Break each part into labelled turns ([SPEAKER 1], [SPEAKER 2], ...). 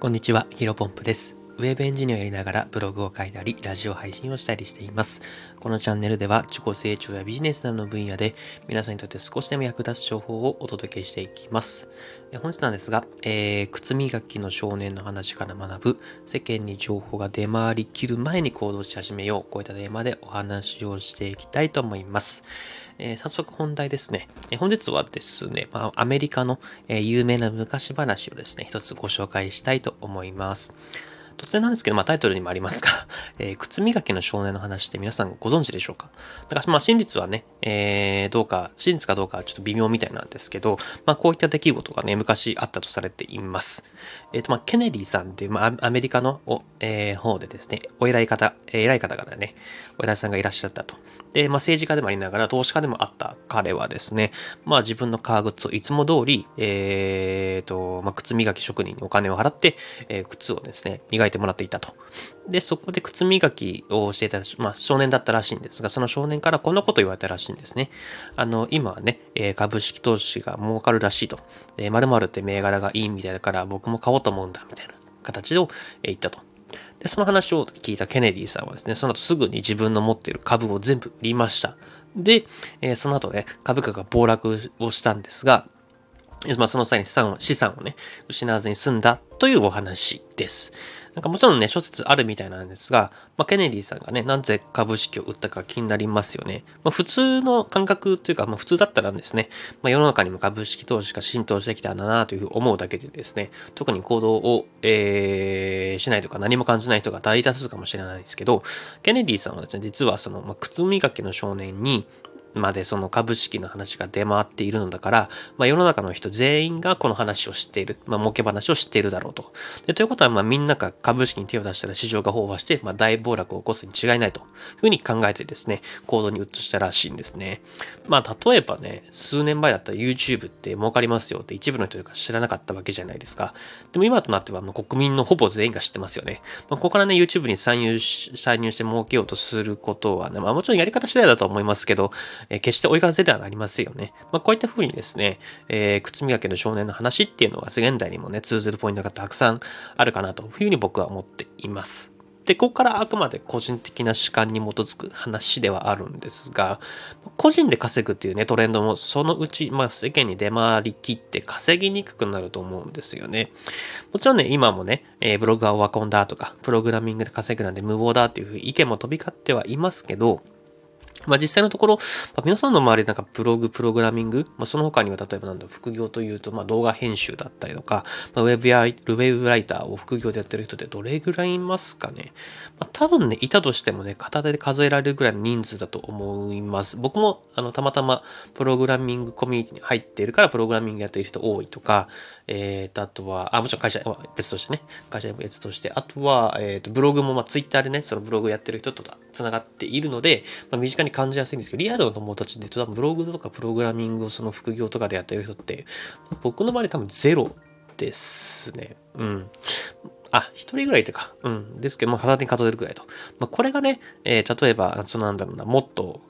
[SPEAKER 1] こんにちは、ヒロポンプです。ウェブエンジニアをやりながらブログを書いたり、ラジオ配信をしたりしています。このチャンネルでは自己成長やビジネスなどの分野で皆さんにとって少しでも役立つ情報をお届けしていきます。本日なんですが、靴磨きの少年の話から学ぶ世間に情報が出回りきる前に行動し始めよう。こういったテーマでお話をしていきたいと思います。早速本題ですね。本日はですね、アメリカの、有名な昔話をですね、一つご紹介したいと思います。突然なんですけど、タイトルにもありますが、靴磨きの少年の話って皆さんご存知でしょうか？だから真実はね、真実かどうかはちょっと微妙みたいなんですけど、こういった出来事がね、昔あったとされています。ケネディさんっていう、アメリカの方でですね、偉い方からね、お偉いさんがいらっしゃったと。で、政治家でもありながら、投資家でもあった彼はですね、自分の革靴をいつも通り、靴磨き職人にお金を払って、靴をですね、磨いてもらっていたと。で、そこで靴磨きをしていた、少年だったらしいんですが、その少年からこんなこと言われたらしいんですね。今はね、株式投資が儲かるらしいと。〇〇って銘柄がいいみたいだから僕も買おうと思うんだ、みたいな形を言ったと。で、その話を聞いたケネディさんはですね、その後すぐに自分の持っている株を全部売りました。で、その後ね、株価が暴落をしたんですが、その際に資産をね、失わずに済んだというお話です。もちろんね、諸説あるみたいなんですが、ケネディさんがね、なぜ株式を売ったか気になりますよね。普通の感覚というか、普通だったらですね、世の中にも株式投資が浸透してきたんだなというふうに思うだけでですね、特に行動を、しないとか何も感じない人が大多数かもしれないですけど、ケネディさんはですね、実はその、靴磨きの少年に、までその株式の話が出回っているのだから、世の中の人全員がこの話を知っている、儲け話を知っているだろうと。ということは、みんなが株式に手を出したら市場が飽和して、大暴落を起こすに違いないというふうに考えてですね、行動に移したらしいんですね。例えばね、数年前だったら YouTube って儲かりますよって一部の人が知らなかったわけじゃないですか。でも今となっては国民のほぼ全員が知ってますよね。ここからね、YouTube に参入して儲けようとすることはね、もちろんやり方次第だと思いますけど、決して追い風ではありますよね。こういった風にですね、靴磨きの少年の話っていうのは現代にもね、通ずるポイントがたくさんあるかなというふうに僕は思っています。で、ここからあくまで個人的な主観に基づく話ではあるんですが、個人で稼ぐっていうね、トレンドもそのうち、世間に出回りきって稼ぎにくくなると思うんですよね。もちろんね、今もね、ブログはオワコンだとか、プログラミングで稼ぐなんて無謀だっていう意見も飛び交ってはいますけど、実際のところ、皆さんの周りでブログ、プログラミング、その他には例えば副業というと、動画編集だったりとか、ウェブライターを副業でやってる人ってどれぐらいいますかね。多分ね、いたとしてもね、片手で数えられるぐらいの人数だと思います。僕も、たまたまプログラミングコミュニティに入っているからプログラミングやってる人多いとか、あとは、もちろん会社は別としてね、会社は別として、あとは、ブログもツイッターでね、そのブログやってる人と繋がっているので、身近に感じやすいんですけど、リアルの友達で多分ブログとかプログラミングをその副業とかでやってる人って、僕の場合多分ゼロですね。うん。一人ぐらいいてか。ですけど、片手に数えるぐらいと。これがね、例えば、もっと、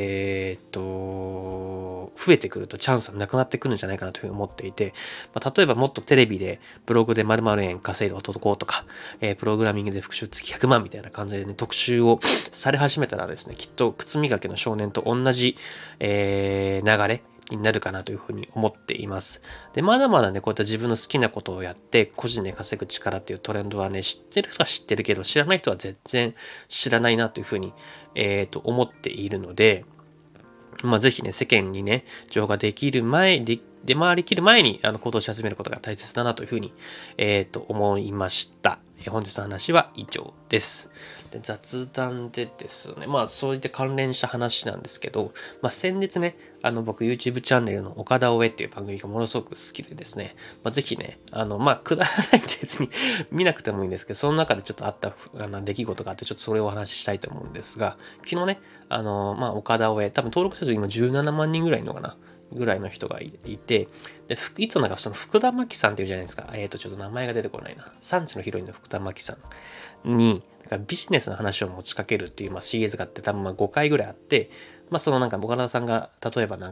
[SPEAKER 1] 増えてくるとチャンスはなくなってくるんじゃないかなというふうに思っていて、例えばもっとテレビでブログで〇〇円稼いで男とか、プログラミングで復習月100万みたいな感じでね、特集をされ始めたらですね、きっと靴磨きの少年と同じ、流れになるかなというふうに思っています。で、まだまだね、こういった自分の好きなことをやって、個人で稼ぐ力っていうトレンドはね、知ってる人は知ってるけど、知らない人は全然知らないなというふうに、思っているので、ぜひね、世間にね、情報が出回りきる前に、行動し始めることが大切だなというふうに、思いました。本日の話は以上です。で、雑談でですね、そういった関連した話なんですけど、先日ね、僕 YouTube チャンネルの岡田オエっていう番組がものすごく好きでですね、ぜひね、くだらないんで別に見なくてもいいんですけど、その中でちょっとあった出来事があって、ちょっとそれをお話ししたいと思うんですが、昨日ね、岡田オエ、多分登録者数今17万人ぐらいいるのかなぐらいの人がいて、で、いつもその福田真紀さんっていうじゃないですか。ちょっと名前が出てこないな。産地のヒロインの福田真紀さんに、ビジネスの話を持ちかけるっていうシリーズがあって多分5回ぐらいあって、その岡田さんが例えば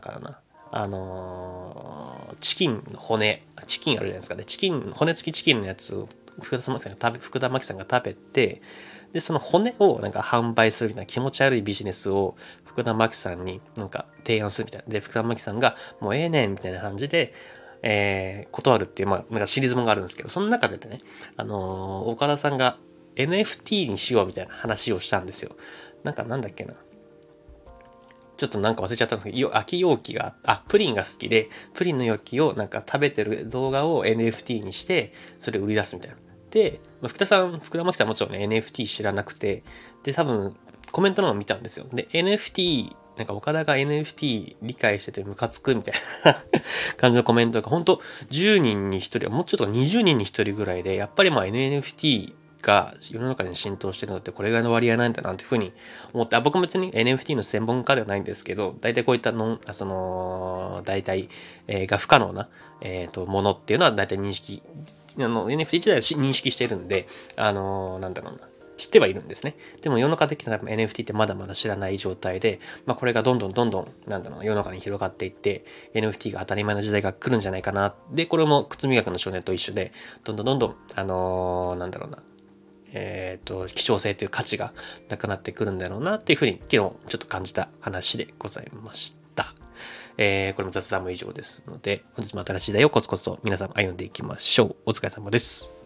[SPEAKER 1] チキンあるじゃないですかね。骨付きチキンのやつ福田真紀さんが食べて、で、その骨をなんか販売するみたいな気持ち悪いビジネスを福田真紀さんになんか提案するみたいな。で、福田真紀さんがもうええねんみたいな感じで、断るっていう、まあ、なんかシリーズもがあるんですけど、その中でね、岡田さんが NFT にしようみたいな話をしたんですよ。なんだっけな。ちょっとなんか忘れちゃったんですけど、空き容器が、プリンが好きで、プリンの容器をなんか食べてる動画を NFT にして、それを売り出すみたいな。で、福田真紀さんもちろんね、NFT 知らなくて、で、多分、コメントの方を見たんですよ。で、NFT、なんか岡田が NFT 理解しててムカつくみたいな感じのコメントが、ほんと10人に1人、もうちょっと20人に1人ぐらいで、やっぱりまあ NFT が世の中に浸透してるのってこれぐらいの割合なんだなっていうふうに思って、僕も別に NFT の専門家ではないんですけど、大体こういった大体、が不可能な、ものっていうのは大体認識、NFT 自体は認識してるんで、なんだろうな。知ってはいるんですね。でも世の中的な NFT ってまだまだ知らない状態で、まあこれがどんどん、なんだろうな、世の中に広がっていって、NFT が当たり前の時代が来るんじゃないかな。で、これも靴磨きの少年と一緒で、どんどん、なんだろうな、希少性という価値がなくなってくるんだろうなっていうふうに昨日ちょっと感じた話でございました。これも雑談も以上ですので、本日も新しい時代をコツコツと皆さん歩んでいきましょう。お疲れ様です。